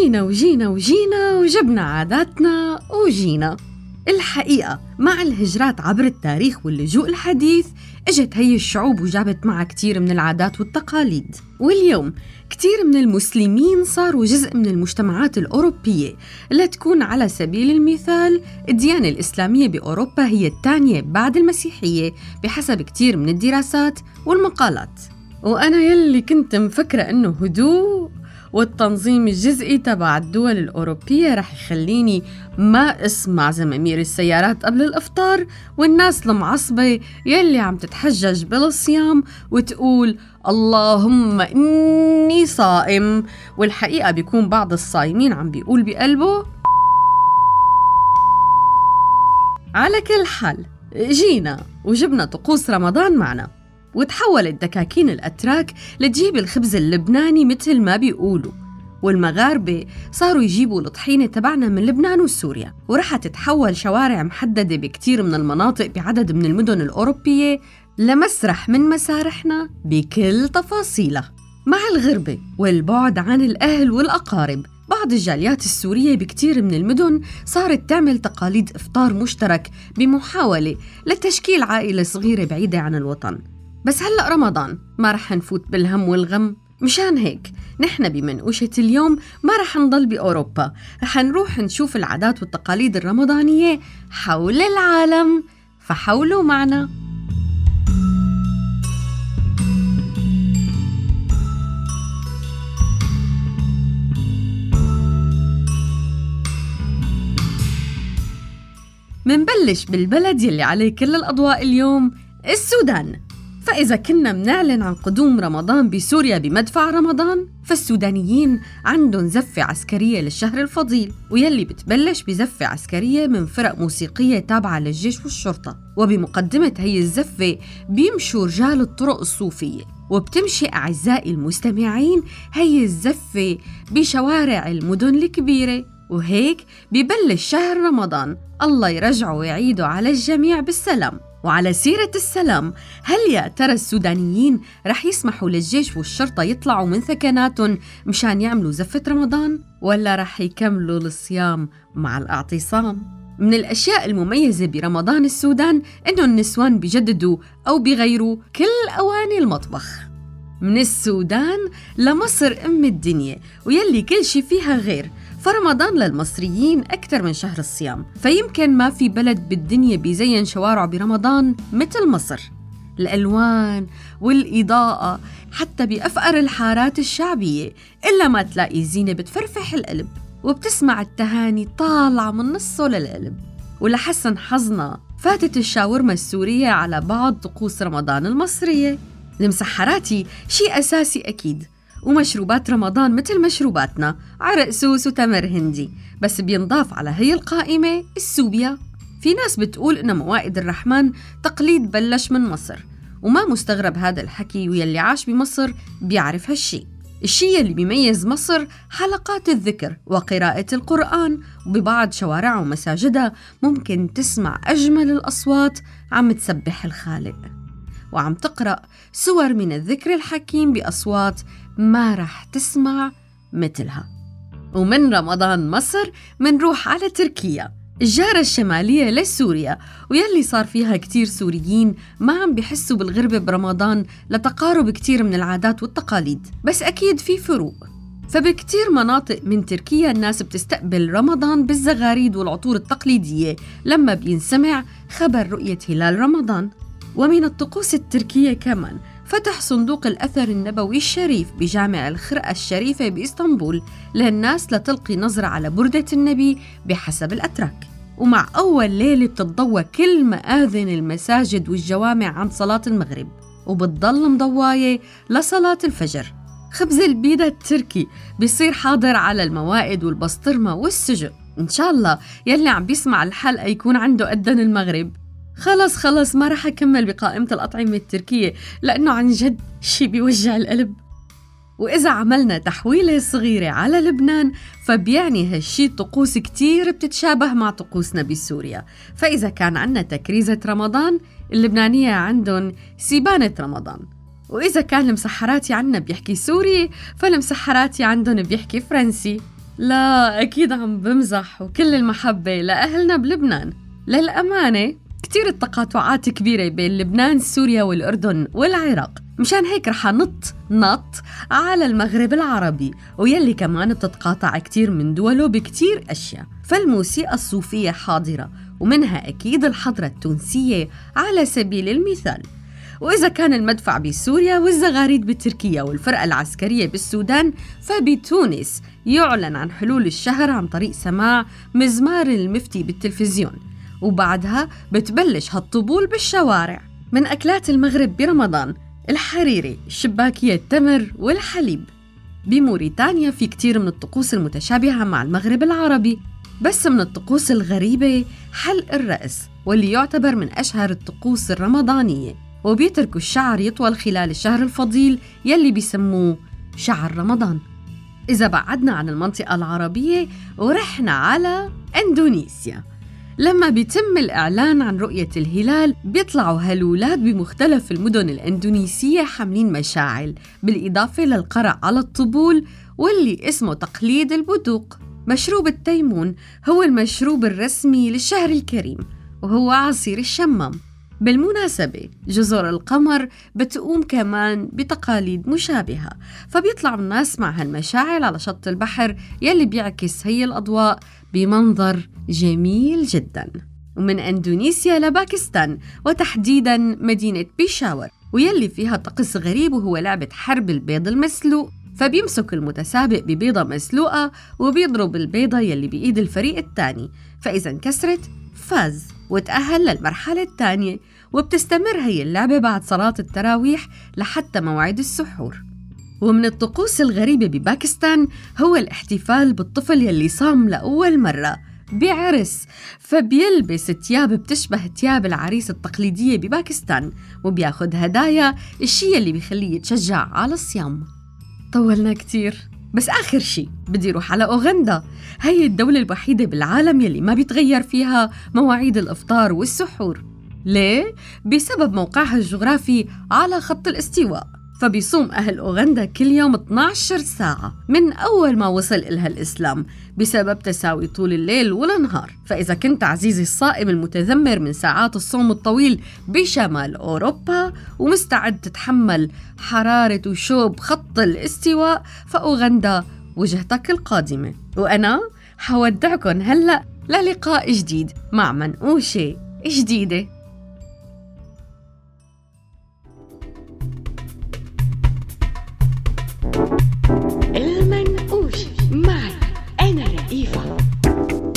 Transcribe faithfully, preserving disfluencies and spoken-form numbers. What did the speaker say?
جينا وجينا وجينا وجبنا عاداتنا وجينا. الحقيقة مع الهجرات عبر التاريخ واللجوء الحديث اجت هي الشعوب وجابت معها كتير من العادات والتقاليد، واليوم كتير من المسلمين صاروا جزء من المجتمعات الأوروبية. لتكون على سبيل المثال الديانة الإسلامية بأوروبا هي الثانية بعد المسيحية بحسب كتير من الدراسات والمقالات. وأنا يلي كنت مفكرة أنه هدوء والتنظيم الجزئي تبع الدول الأوروبية رح يخليني ما اسمع زمامير السيارات قبل الإفطار، والناس المعصبة يلي عم تتحجج بالصيام وتقول اللهم إني صائم، والحقيقة بيكون بعض الصائمين عم بيقول بقلبه. على كل حال جينا وجبنا طقوس رمضان معنا، وتحولت دكاكين الأتراك لتجيب الخبز اللبناني مثل ما بيقولوا، والمغاربة صاروا يجيبوا الطحينة تبعنا من لبنان وسوريا، ورح تتحول شوارع محددة بكتير من المناطق بعدد من المدن الأوروبية لمسرح من مسارحنا بكل تفاصيلها. مع الغربة والبعد عن الأهل والأقارب، بعض الجاليات السورية بكتير من المدن صارت تعمل تقاليد إفطار مشترك بمحاولة لتشكيل عائلة صغيرة بعيدة عن الوطن. بس هلأ رمضان ما رح نفوت بالهم والغم، مشان هيك نحن بمنقوشة اليوم ما رح نضل بأوروبا، رح نروح نشوف العادات والتقاليد الرمضانية حول العالم، فحولوا معنا. منبلش بالبلد يلي عليه كل الأضواء اليوم، السودان. فإذا كنا منعلن عن قدوم رمضان بسوريا بمدفع رمضان، فالسودانيين عندهم زفة عسكرية للشهر الفضيل، ويلي بتبلش بزفة عسكرية من فرق موسيقية تابعة للجيش والشرطة، وبمقدمة هي الزفة بيمشوا رجال الطرق الصوفية، وبتمشي أعزائي المستمعين هي الزفة بشوارع المدن الكبيرة. وهيك ببلش شهر رمضان، الله يرجعه ويعيده على الجميع بالسلام. وعلى سيرة السلام، هل يا ترى السودانيين رح يسمحوا للجيش والشرطة يطلعوا من ثكناتهم مشان يعملوا زفة رمضان، ولا رح يكملوا الصيام مع الاعتصام؟ من الأشياء المميزة برمضان السودان إنه النسوان بيجددوا أو بيغيروا كل أواني المطبخ. من السودان لمصر أم الدنيا ويلي كل شي فيها غير، فرمضان للمصريين أكثر من شهر الصيام، فيمكن ما في بلد بالدنيا بيزين شوارعه برمضان مثل مصر. الألوان والإضاءة حتى بأفقر الحارات الشعبية إلا ما تلاقي زينة بتفرفح القلب، وبتسمع التهاني طالعة من نصه للقلب. ولحسن حظنا فاتت الشاورما السورية على بعض طقوس رمضان المصرية. المسحراتي شيء أساسي أكيد، ومشروبات رمضان مثل مشروباتنا عرق سوس وتمر هندي، بس بينضاف على هي القائمة السوبيا. في ناس بتقول إن موائد الرحمن تقليد بلش من مصر، وما مستغرب هذا الحكي، ويلي عاش بمصر بيعرف هالشي. الشيء اللي بيميز مصر حلقات الذكر وقراءة القرآن، وببعض شوارع ومساجدها ممكن تسمع أجمل الأصوات عم تسبح الخالق، وعم تقرأ سور من الذكر الحكيم بأصوات ما رح تسمع مثلها. ومن رمضان مصر منروح على تركيا، الجارة الشمالية لسوريا، ويلي صار فيها كتير سوريين ما عم بيحسوا بالغربة برمضان لتقارب كتير من العادات والتقاليد، بس أكيد في فروق. فبكتير مناطق من تركيا الناس بتستقبل رمضان بالزغاريد والعطور التقليدية لما بينسمع خبر رؤية هلال رمضان. ومن الطقوس التركية كمان فتح صندوق الأثر النبوي الشريف بجامع الخرقة الشريفة بإسطنبول للناس لتلقي نظرة على بردة النبي بحسب الأتراك. ومع أول ليلة بتتضوى كل مآذن المساجد والجوامع عن صلاة المغرب، وبتضل مضواية لصلاة الفجر. خبز البيضة التركي بيصير حاضر على الموائد والبسطرمة والسجق. إن شاء الله يلي عم بيسمع الحلقة يكون عنده أذن المغرب. خلص خلص ما رح أكمل بقائمة الأطعمة التركية لأنه عن جد شي بيوجع القلب. وإذا عملنا تحويلة صغيرة على لبنان فبيعني هالشي طقوس كتير بتتشابه مع طقوسنا بسوريا. فإذا كان عنا تكريزة رمضان، اللبنانية عندهم سيبانة رمضان. وإذا كان المسحراتي عنا بيحكي سوري، فالمسحراتي عندهم بيحكي فرنسي. لا أكيد عم بمزح، وكل المحبة لأهلنا بلبنان. للأمانة كتير التقاطعات كبيرة بين لبنان، سوريا والأردن والعراق، مشان هيك رح نط نط على المغرب العربي، ويلي كمان بتتقاطع كتير من دوله بكتير أشياء. فالموسيقى الصوفية حاضرة، ومنها أكيد الحضرة التونسية على سبيل المثال. وإذا كان المدفع بسوريا والزغاريد بتركيا والفرقة العسكرية بالسودان، فبتونس يعلن عن حلول الشهر عن طريق سماع مزمار المفتي بالتلفزيون، وبعدها بتبلش هالطبول بالشوارع. من أكلات المغرب برمضان الحريري، الشباكية، التمر والحليب. بموريتانيا في كتير من الطقوس المتشابهة مع المغرب العربي، بس من الطقوس الغريبة حلق الرأس، واللي يعتبر من أشهر الطقوس الرمضانية، وبيتركوا الشعر يطول خلال الشهر الفضيل يلي بيسموه شعر رمضان. إذا بعدنا عن المنطقة العربية ورحنا على إندونيسيا، لما بيتم الإعلان عن رؤية الهلال بيطلعوا هالولاد بمختلف المدن الإندونيسية حاملين مشاعل، بالإضافة للقرع على الطبول واللي اسمه تقليد البدوق. مشروب التيمون هو المشروب الرسمي للشهر الكريم، وهو عصير الشمام. بالمناسبة جزر القمر بتقوم كمان بتقاليد مشابهة، فبيطلعوا الناس مع هالمشاعل على شط البحر يلي بيعكس هي الأضواء بمنظر جميل جداً. ومن إندونيسيا لباكستان، وتحديداً مدينة بيشاور، ويلي فيها طقس غريب وهو لعبة حرب البيض المسلوق. فبيمسك المتسابق ببيضة مسلوقة وبيضرب البيضة يلي بإيد الفريق الثاني، فإذا انكسرت فاز وتأهل للمرحلة الثانية. وبتستمر هي اللعبة بعد صلاة التراويح لحتى موعد السحور. ومن الطقوس الغريبة بباكستان هو الاحتفال بالطفل يلي صام لأول مرة بعرس، فبيلبس تياب بتشبه تياب العريس التقليدية بباكستان، وبياخد هدايا، الشيء اللي بيخليه يتشجع على الصيام. طولنا كتير، بس آخر شي بدي روح على أوغندا. هي الدولة الوحيدة بالعالم يلي ما بيتغير فيها مواعيد الإفطار والسحور. ليه؟ بسبب موقعها الجغرافي على خط الاستواء، فبيصوم أهل أوغندا كل يوم اثنتي عشرة ساعة من أول ما وصل إلها الإسلام، بسبب تساوي طول الليل والنهار. فإذا كنت عزيزي الصائم المتذمر من ساعات الصوم الطويل بشمال أوروبا ومستعد تتحمل حرارة وشوب خط الاستواء، فأوغندا وجهتك القادمة. وأنا حودعكن هلأ للقاء جديد مع منقوشة جديدة. المنقوش معي أنا رئيفة.